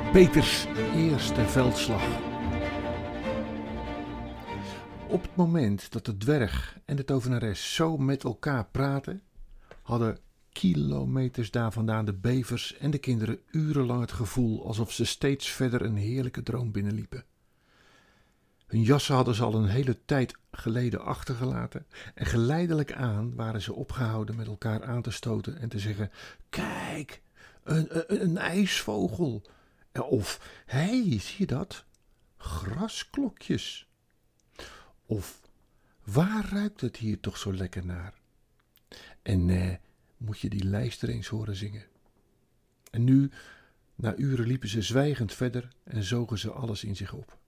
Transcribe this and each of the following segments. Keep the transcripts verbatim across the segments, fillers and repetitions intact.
Peters eerste veldslag. Op het moment dat de dwerg en de tovenares zo met elkaar praten, hadden kilometers daar vandaan de bevers en de kinderen urenlang het gevoel alsof ze steeds verder een heerlijke droom binnenliepen. Hun jassen hadden ze al een hele tijd geleden achtergelaten en geleidelijk aan waren ze opgehouden met elkaar aan te stoten en te zeggen: kijk, een, een, een ijsvogel. Of, hé, hey, zie je dat? Grasklokjes. Of, waar ruikt het hier toch zo lekker naar? En eh, moet je die lijster eens horen zingen. En nu, na uren liepen ze zwijgend verder en zogen ze alles in zich op.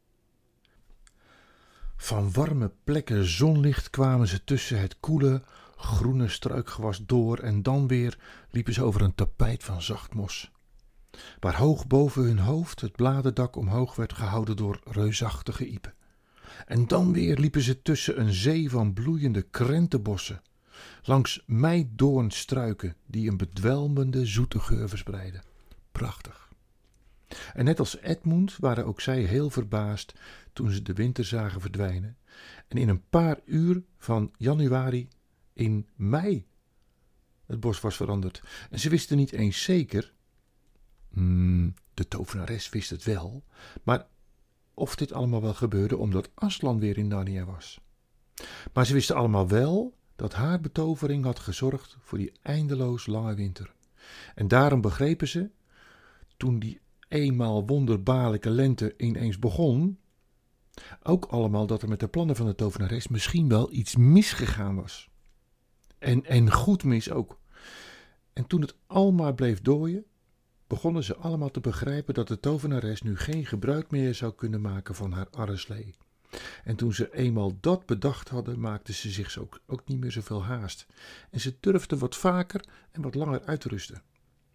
Van warme plekken zonlicht kwamen ze tussen het koele, groene struikgewas door en dan weer liepen ze over een tapijt van zacht mos, waar hoog boven hun hoofd het bladerdak omhoog werd gehouden door reusachtige iepen. En dan weer liepen ze tussen een zee van bloeiende krentenbossen, langs meidoornstruiken die een bedwelmende zoete geur verspreidden. Prachtig. En net als Edmund waren ook zij heel verbaasd toen ze de winter zagen verdwijnen en in een paar uur van januari in mei het bos was veranderd. En ze wisten niet eens zeker, hmm, de tovenares wist het wel, maar of dit allemaal wel gebeurde omdat Aslan weer in Narnia was. Maar ze wisten allemaal wel dat haar betovering had gezorgd voor die eindeloos lange winter. En daarom begrepen ze, toen die eenmaal wonderbaarlijke lente ineens begon, ook allemaal dat er met de plannen van de tovenares misschien wel iets misgegaan was. En, en goed mis ook. En toen het almaar bleef dooien, begonnen ze allemaal te begrijpen dat de tovenares nu geen gebruik meer zou kunnen maken van haar arreslee. En toen ze eenmaal dat bedacht hadden, maakten ze zich ook, ook niet meer zoveel haast. En ze durfden wat vaker en wat langer uit te rusten.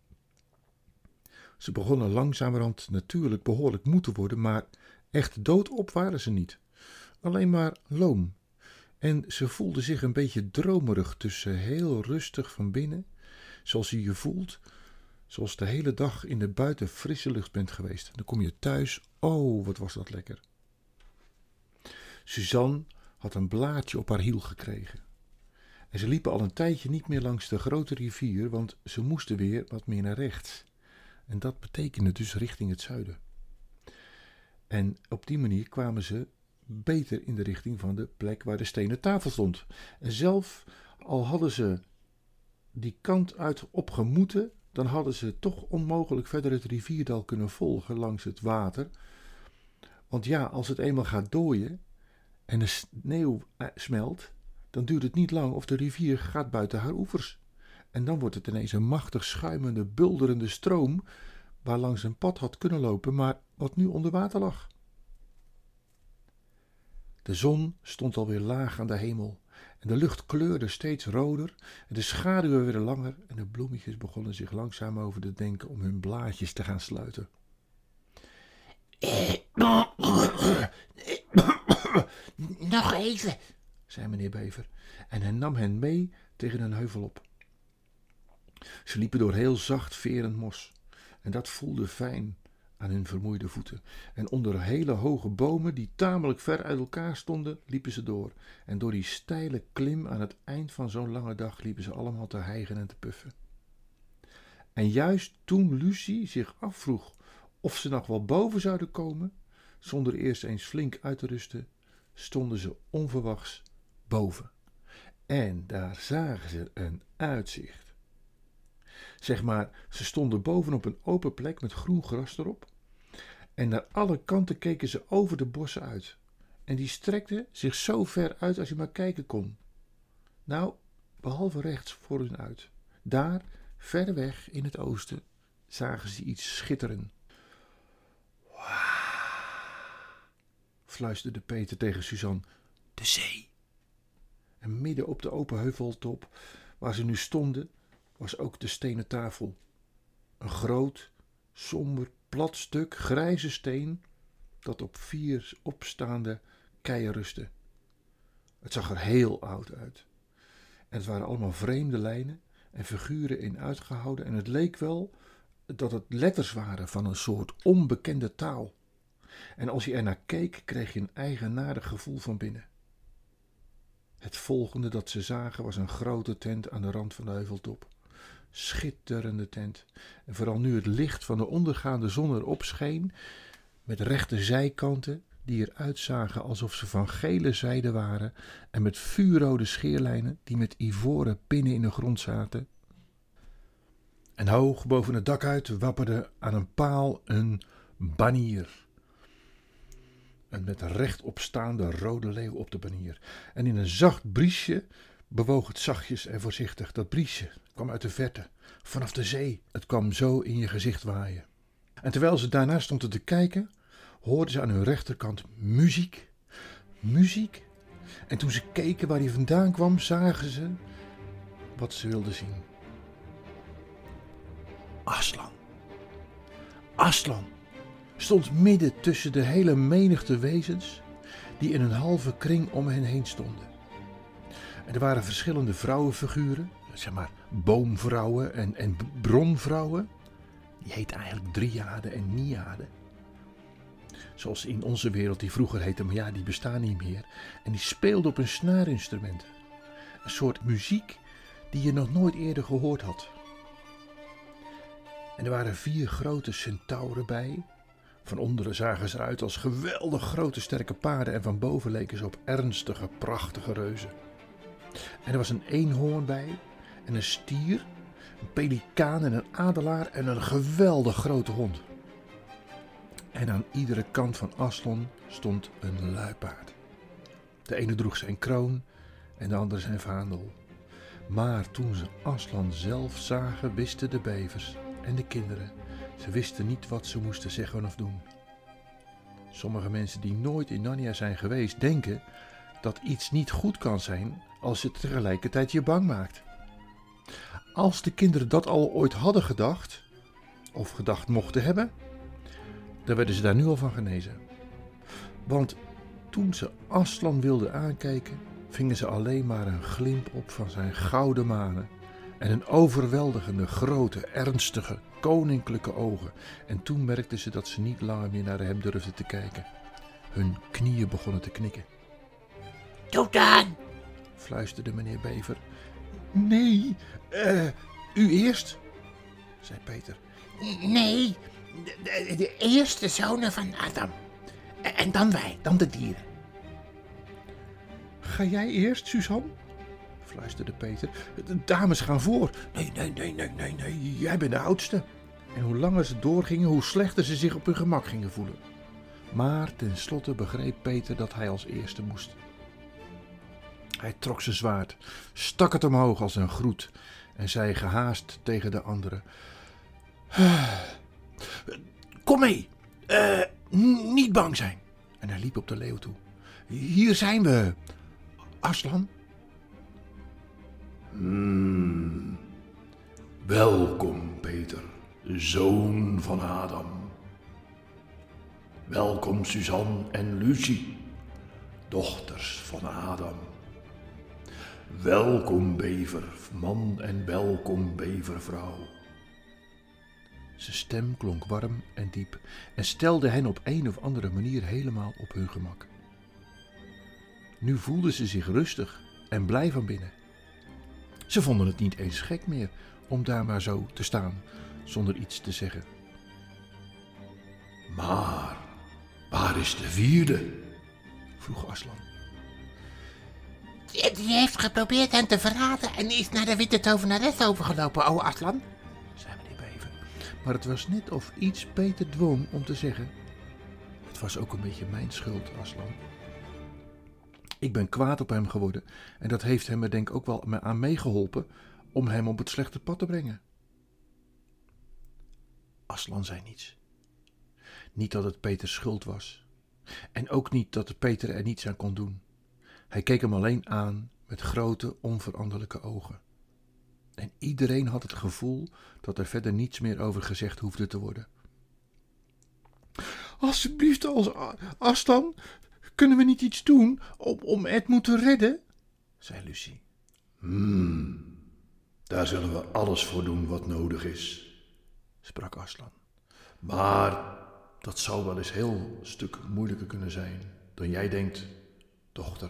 Ze begonnen langzamerhand natuurlijk behoorlijk moe te worden, maar echt doodop waren ze niet. Alleen maar loom. En ze voelden zich een beetje dromerig tussen heel rustig van binnen, zoals je je voelt, zoals de hele dag in de buiten frisse lucht bent geweest. Dan kom je thuis, oh wat was dat lekker. Suzanne had een blaadje op haar hiel gekregen. En ze liepen al een tijdje niet meer langs de grote rivier, want ze moesten weer wat meer naar rechts. En dat betekende dus richting het zuiden. En op die manier kwamen ze beter in de richting van de plek waar de stenen tafel stond. En zelf, al hadden ze die kant uit opgemoeten, dan hadden ze toch onmogelijk verder het rivierdal kunnen volgen langs het water. Want ja, als het eenmaal gaat dooien en de sneeuw smelt, dan duurt het niet lang of de rivier gaat buiten haar oevers. En dan wordt het ineens een machtig schuimende, bulderende stroom, waar langs een pad had kunnen lopen, maar wat nu onder water lag. De zon stond alweer laag aan de hemel en de lucht kleurde steeds roder en de schaduwen werden langer en de bloemetjes begonnen zich langzaam over te denken om hun blaadjes te gaan sluiten. Nog even, zei meneer Bever en hij nam hen mee tegen een heuvel op. Ze liepen door heel zacht verend mos en dat voelde fijn aan hun vermoeide voeten. En onder hele hoge bomen die tamelijk ver uit elkaar stonden, liepen ze door. En door die steile klim aan het eind van zo'n lange dag liepen ze allemaal te hijgen en te puffen. En juist toen Lucie zich afvroeg of ze nog wel boven zouden komen, zonder eerst eens flink uit te rusten, stonden ze onverwachts boven. En daar zagen ze een uitzicht. Zeg maar, ze stonden boven op een open plek met groen gras erop. En naar alle kanten keken ze over de bossen uit. En die strekten zich zo ver uit als je maar kijken kon. Nou, behalve rechts voor hun uit. Daar, ver weg in het oosten, zagen ze iets schitteren. Fluisterde Peter tegen Suzanne. De zee. En midden op de open heuveltop, waar ze nu stonden, was ook de stenen tafel. Een groot, somber, plat stuk grijze steen dat op vier opstaande keien rustte. Het zag er heel oud uit. En het waren allemaal vreemde lijnen en figuren in uitgehouden en het leek wel dat het letters waren van een soort onbekende taal. En als je ernaar keek, kreeg je een eigenaardig gevoel van binnen. Het volgende dat ze zagen was een grote tent aan de rand van de heuveltop. Schitterende tent. En vooral nu het licht van de ondergaande zon erop scheen, met rechte zijkanten die eruit zagen alsof ze van gele zijde waren en met vuurrode scheerlijnen die met ivoren pinnen in de grond zaten. En hoog boven het dak uit wapperde aan een paal een banier. Een met rechtop staande rode leeuw op de banier. En in een zacht briesje bewoog het zachtjes en voorzichtig. Dat briesje kwam uit de verte, vanaf de zee. Het kwam zo in je gezicht waaien. En terwijl ze daarna stonden te kijken, hoorden ze aan hun rechterkant muziek. Muziek. En toen ze keken waar die vandaan kwam, zagen ze wat ze wilden zien. Aslan. Aslan stond midden tussen de hele menigte wezens die in een halve kring om hen heen stonden. En er waren verschillende vrouwenfiguren, zeg maar boomvrouwen en, en bronvrouwen. Die heet eigenlijk Driade en Niade. Zoals in onze wereld die vroeger heette, maar ja, die bestaan niet meer. En die speelden op een snaarinstrument. Een soort muziek die je nog nooit eerder gehoord had. En er waren vier grote centauren bij. Van onderen zagen ze eruit als geweldig grote sterke paarden en van boven leken ze op ernstige, prachtige reuzen. En er was een eenhoorn bij en een stier, een pelikaan en een adelaar en een geweldig grote hond. En aan iedere kant van Aslan stond een luipaard. De ene droeg zijn kroon en de andere zijn vaandel. Maar toen ze Aslan zelf zagen, wisten de bevers en de kinderen, ze wisten niet wat ze moesten zeggen of doen. Sommige mensen die nooit in Narnia zijn geweest, denken dat iets niet goed kan zijn als het tegelijkertijd je bang maakt. Als de kinderen dat al ooit hadden gedacht, of gedacht mochten hebben, dan werden ze daar nu al van genezen. Want toen ze Aslan wilden aankijken, vingen ze alleen maar een glimp op van zijn gouden manen en een overweldigende, grote, ernstige, koninklijke ogen. En toen merkten ze dat ze niet langer meer naar hem durfden te kijken. Hun knieën begonnen te knikken. Doe dan! Fluisterde meneer Bever. Nee, uh, u eerst, zei Peter. Nee, de, de, de eerste zonen van Adam. En dan wij, dan de dieren. Ga jij eerst, Suzanne? Fluisterde Peter. De dames gaan voor. Nee, nee, nee, nee, nee, nee, jij bent de oudste. En hoe langer ze doorgingen, hoe slechter ze zich op hun gemak gingen voelen. Maar tenslotte begreep Peter dat hij als eerste moest. Hij trok zijn zwaard, stak het omhoog als een groet en zei gehaast tegen de anderen: Kom mee, uh, n- niet bang zijn. En hij liep op de leeuw toe. Hier zijn we, Aslan. Hmm. Welkom, Peter, zoon van Adam. Welkom, Suzanne en Lucie, dochters van Adam. Welkom, bever, man, en welkom, bevervrouw. Zijn stem klonk warm en diep en stelde hen op een of andere manier helemaal op hun gemak. Nu voelden ze zich rustig en blij van binnen. Ze vonden het niet eens gek meer om daar maar zo te staan, zonder iets te zeggen. Maar waar is de vierde? Vroeg Aslan. Die, die heeft geprobeerd hen te verraden en is naar de witte tovenares overgelopen, o Aslan, zei meneer Bever. Maar het was net of iets Peter dwong om te zeggen: het was ook een beetje mijn schuld, Aslan. Ik ben kwaad op hem geworden en dat heeft hem er denk ik ook wel aan meegeholpen om hem op het slechte pad te brengen. Aslan zei niets. Niet dat het Peters schuld was. En ook niet dat Peter er niets aan kon doen. Hij keek hem alleen aan met grote, onveranderlijke ogen. En iedereen had het gevoel dat er verder niets meer over gezegd hoefde te worden. Alsjeblieft, als Aslan, kunnen we niet iets doen om, om Edmund te redden? Zei Lucie. Hmm, daar zullen we alles voor doen wat nodig is, sprak Aslan. Maar dat zou wel eens heel stuk moeilijker kunnen zijn dan jij denkt, dochter.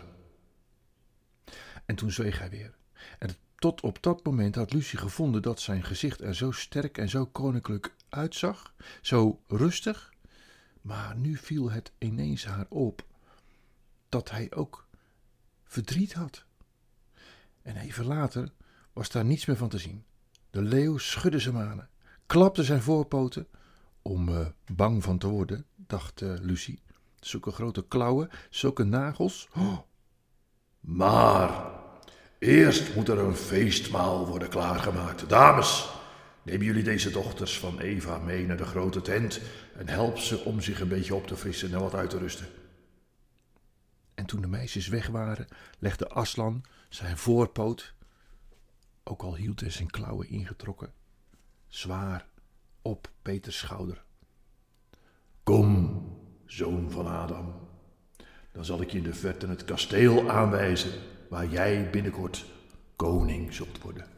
En toen zweeg hij weer. En tot op dat moment had Lucie gevonden dat zijn gezicht er zo sterk en zo koninklijk uitzag, zo rustig. Maar nu viel het ineens haar op dat hij ook verdriet had. En even later was daar niets meer van te zien. De leeuw schudde zijn manen, klapte zijn voorpoten, om uh, bang van te worden, dacht uh, Lucie. Zulke grote klauwen, zulke nagels. Oh. Maar eerst moet er een feestmaal worden klaargemaakt. Dames, neem jullie deze dochters van Eva mee naar de grote tent en help ze om zich een beetje op te frissen en wat uit te rusten. En toen de meisjes weg waren, legde Aslan zijn voorpoot, ook al hield hij zijn klauwen ingetrokken, zwaar op Peters schouder. Kom, zoon van Adam, dan zal ik je in de verte het kasteel aanwijzen waar jij binnenkort koning zult worden.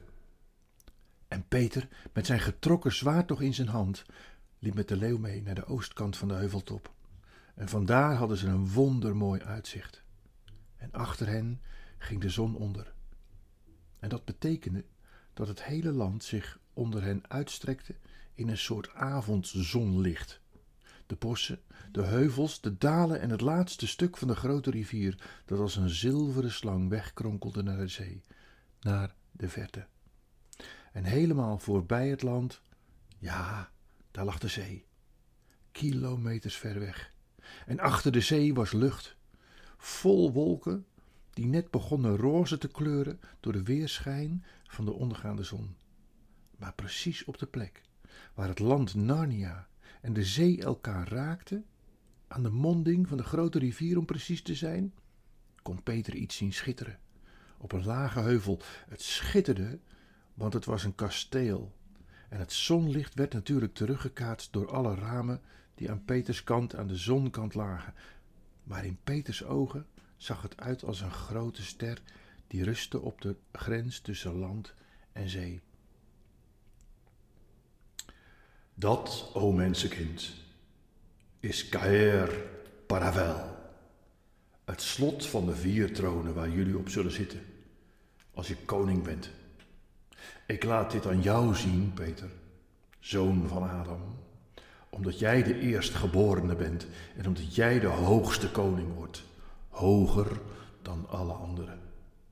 En Peter, met zijn getrokken zwaard nog in zijn hand, liep met de leeuw mee naar de oostkant van de heuveltop. En vandaar hadden ze een wondermooi uitzicht. En achter hen ging de zon onder. En dat betekende dat het hele land zich onder hen uitstrekte in een soort avondzonlicht. De bossen, de heuvels, de dalen en het laatste stuk van de grote rivier, dat als een zilveren slang wegkronkelde naar de zee, naar de verte. En helemaal voorbij het land, ja, daar lag de zee, kilometers ver weg. En achter de zee was lucht, vol wolken, die net begonnen roze te kleuren door de weerschijn van de ondergaande zon. Maar precies op de plek waar het land Narnia en de zee elkaar raakten, aan de monding van de grote rivier om precies te zijn, kon Peter iets zien schitteren. Op een lage heuvel. Het schitterde, want het was een kasteel. En het zonlicht werd natuurlijk teruggekaatst door alle ramen die aan Peters kant aan de zonkant lagen. Maar in Peters ogen zag het uit als een grote ster die rustte op de grens tussen land en zee. Dat, o mensenkind, is Caer Paravel, het slot van de vier tronen waar jullie op zullen zitten, als je koning bent. Ik laat dit aan jou zien, Peter, zoon van Adam, omdat jij de eerstgeborene bent en omdat jij de hoogste koning wordt, hoger dan alle anderen.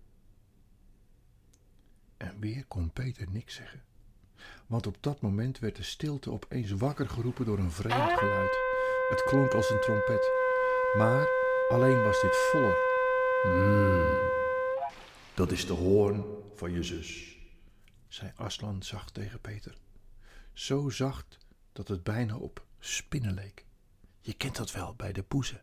En weer kon Peter niks zeggen, want op dat moment werd de stilte opeens wakker geroepen door een vreemd geluid. Het klonk als een trompet, maar alleen was dit voller. Hmm, dat is de hoorn van je zus, zei Aslan zacht tegen Peter. Zo zacht dat het bijna op spinnen leek. Je kent dat wel bij de poezen.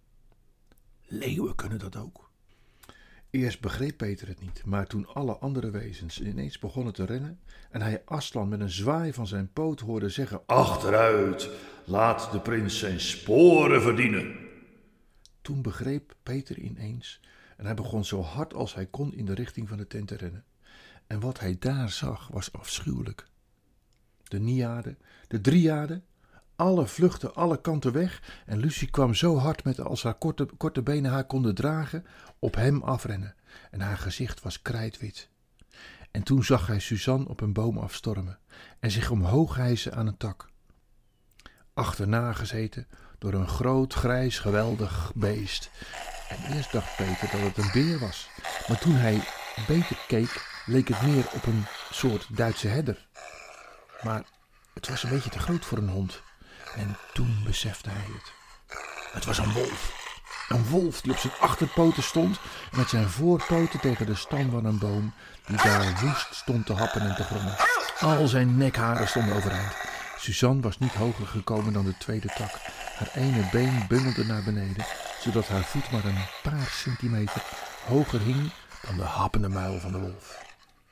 Leeuwen kunnen dat ook. Eerst begreep Peter het niet, maar toen alle andere wezens ineens begonnen te rennen en hij Aslan met een zwaai van zijn poot hoorde zeggen: achteruit, laat de prins zijn sporen verdienen. Toen begreep Peter ineens en hij begon zo hard als hij kon in de richting van de tent te rennen. En wat hij daar zag was afschuwelijk. De Niaden, de Dryaden, alle vluchtten alle kanten weg en Lucie kwam zo hard met als haar korte, korte benen haar konden dragen op hem afrennen en haar gezicht was krijtwit. En toen zag hij Suzanne op een boom afstormen en zich omhoog hijsen aan een tak. Achterna gezeten door een groot grijs geweldig beest. En eerst dacht Peter dat het een beer was, maar toen hij beter keek leek het meer op een soort Duitse herder. Maar het was een beetje te groot voor een hond. En toen besefte hij het. Het was een wolf. Een wolf die op zijn achterpoten stond en met zijn voorpoten tegen de stam van een boom die daar woest stond te happen en te grommen. Al zijn nekharen stonden overeind. Suzanne was niet hoger gekomen dan de tweede tak. Haar ene been bungelde naar beneden, zodat haar voet maar een paar centimeter hoger hing dan de happende muil van de wolf.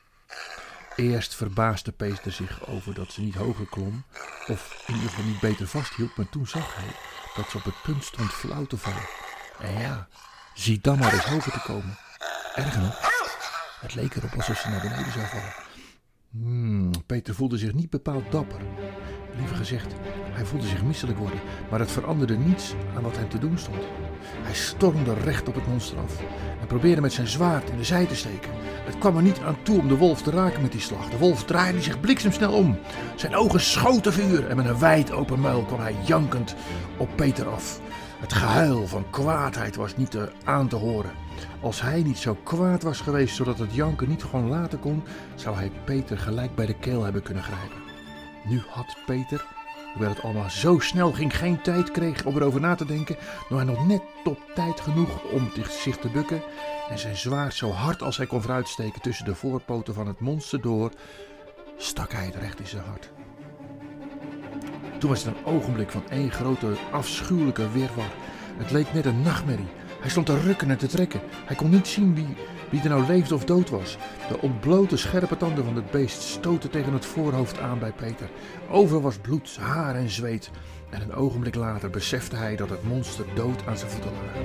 Eerst verbaasde Peter zich over dat ze niet hoger klom, of in ieder geval niet beter vasthield, maar toen zag hij dat ze op het punt stond flauw te vallen. En ja, zie dan maar eens hoger te komen. Erger nog, het leek erop alsof ze naar beneden zou vallen. Hmm, Peter voelde zich niet bepaald dapper. Liever gezegd, hij voelde zich misselijk worden, maar het veranderde niets aan wat hem te doen stond. Hij stormde recht op het monster af en probeerde met zijn zwaard in de zij te steken. Het kwam er niet aan toe om de wolf te raken met die slag. De wolf draaide zich bliksemsnel om. Zijn ogen schoten vuur en met een wijd open muil kwam hij jankend op Peter af. Het gehuil van kwaadheid was niet te, aan te horen. Als hij niet zo kwaad was geweest zodat het janken niet gewoon laten kon, zou hij Peter gelijk bij de keel hebben kunnen grijpen. Nu had Peter, hoewel het allemaal zo snel ging, geen tijd kreeg om erover na te denken, nog hij nog net op tijd genoeg om zich te bukken en zijn zwaard zo hard als hij kon vooruitsteken tussen de voorpoten van het monster door, stak hij het recht in zijn hart. Toen was het een ogenblik van één grote afschuwelijke wirwar. Het leek net een nachtmerrie. Hij stond te rukken en te trekken. Hij kon niet zien wie, wie er nou leefde of dood was. De ontblote scherpe tanden van het beest stoten tegen het voorhoofd aan bij Peter. Overal was bloed, haar en zweet. En een ogenblik later besefte hij dat het monster dood aan zijn voeten lag.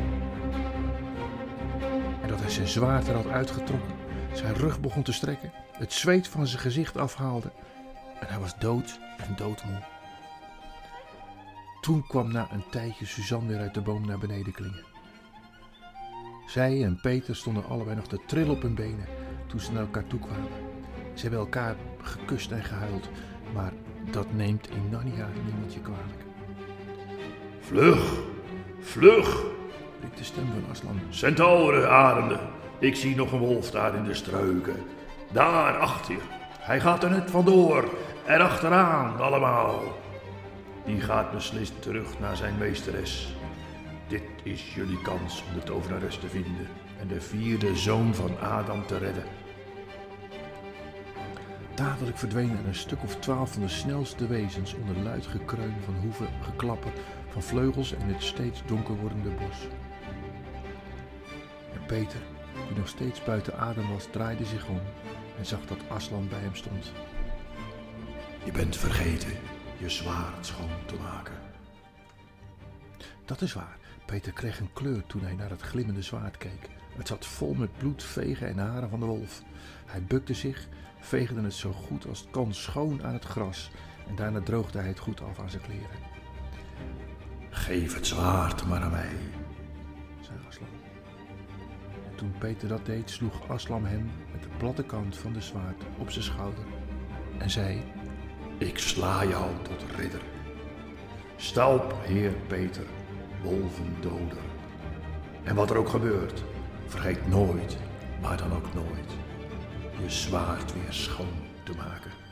En dat hij zijn zwaard er had uitgetrokken. Zijn rug begon te strekken. Het zweet van zijn gezicht afhaalde. En hij was dood en doodmoe. Toen kwam na een tijdje Suzanne weer uit de boom naar beneden klimmen. Zij en Peter stonden allebei nog te trillen op hun benen toen ze naar elkaar toe kwamen. Ze hebben elkaar gekust en gehuild, maar dat neemt in Narnia niemand je kwalijk. Vlug, vlug, riep de stem van Aslan. Centauren, arenden, ik zie nog een wolf daar in de struiken. Daar achter, hij gaat er net vandoor, erachteraan allemaal. Die gaat beslist terug naar zijn meesteres. Dit is jullie kans om de tovenares te vinden en de vierde zoon van Adam te redden. Dadelijk verdwenen er een stuk of twaalf van de snelste wezens onder luid gekreun van hoeven, geklapper van vleugels en het steeds donker wordende bos. En Peter, die nog steeds buiten adem was, draaide zich om en zag dat Aslan bij hem stond. Je bent vergeten je zwaard schoon te maken. Dat is waar. Peter kreeg een kleur toen hij naar het glimmende zwaard keek. Het zat vol met bloed, vegen en haren van de wolf. Hij bukte zich, veegde het zo goed als het kon schoon aan het gras en daarna droogde hij het goed af aan zijn kleren. Geef het zwaard maar aan mij, zei Aslan. En toen Peter dat deed, sloeg Aslan hem met de platte kant van de zwaard op zijn schouder en zei: ik sla jou tot ridder. Sta op, heer Peter, wolvendoder. En wat er ook gebeurt, vergeet nooit, maar dan ook nooit, je zwaard weer schoon te maken.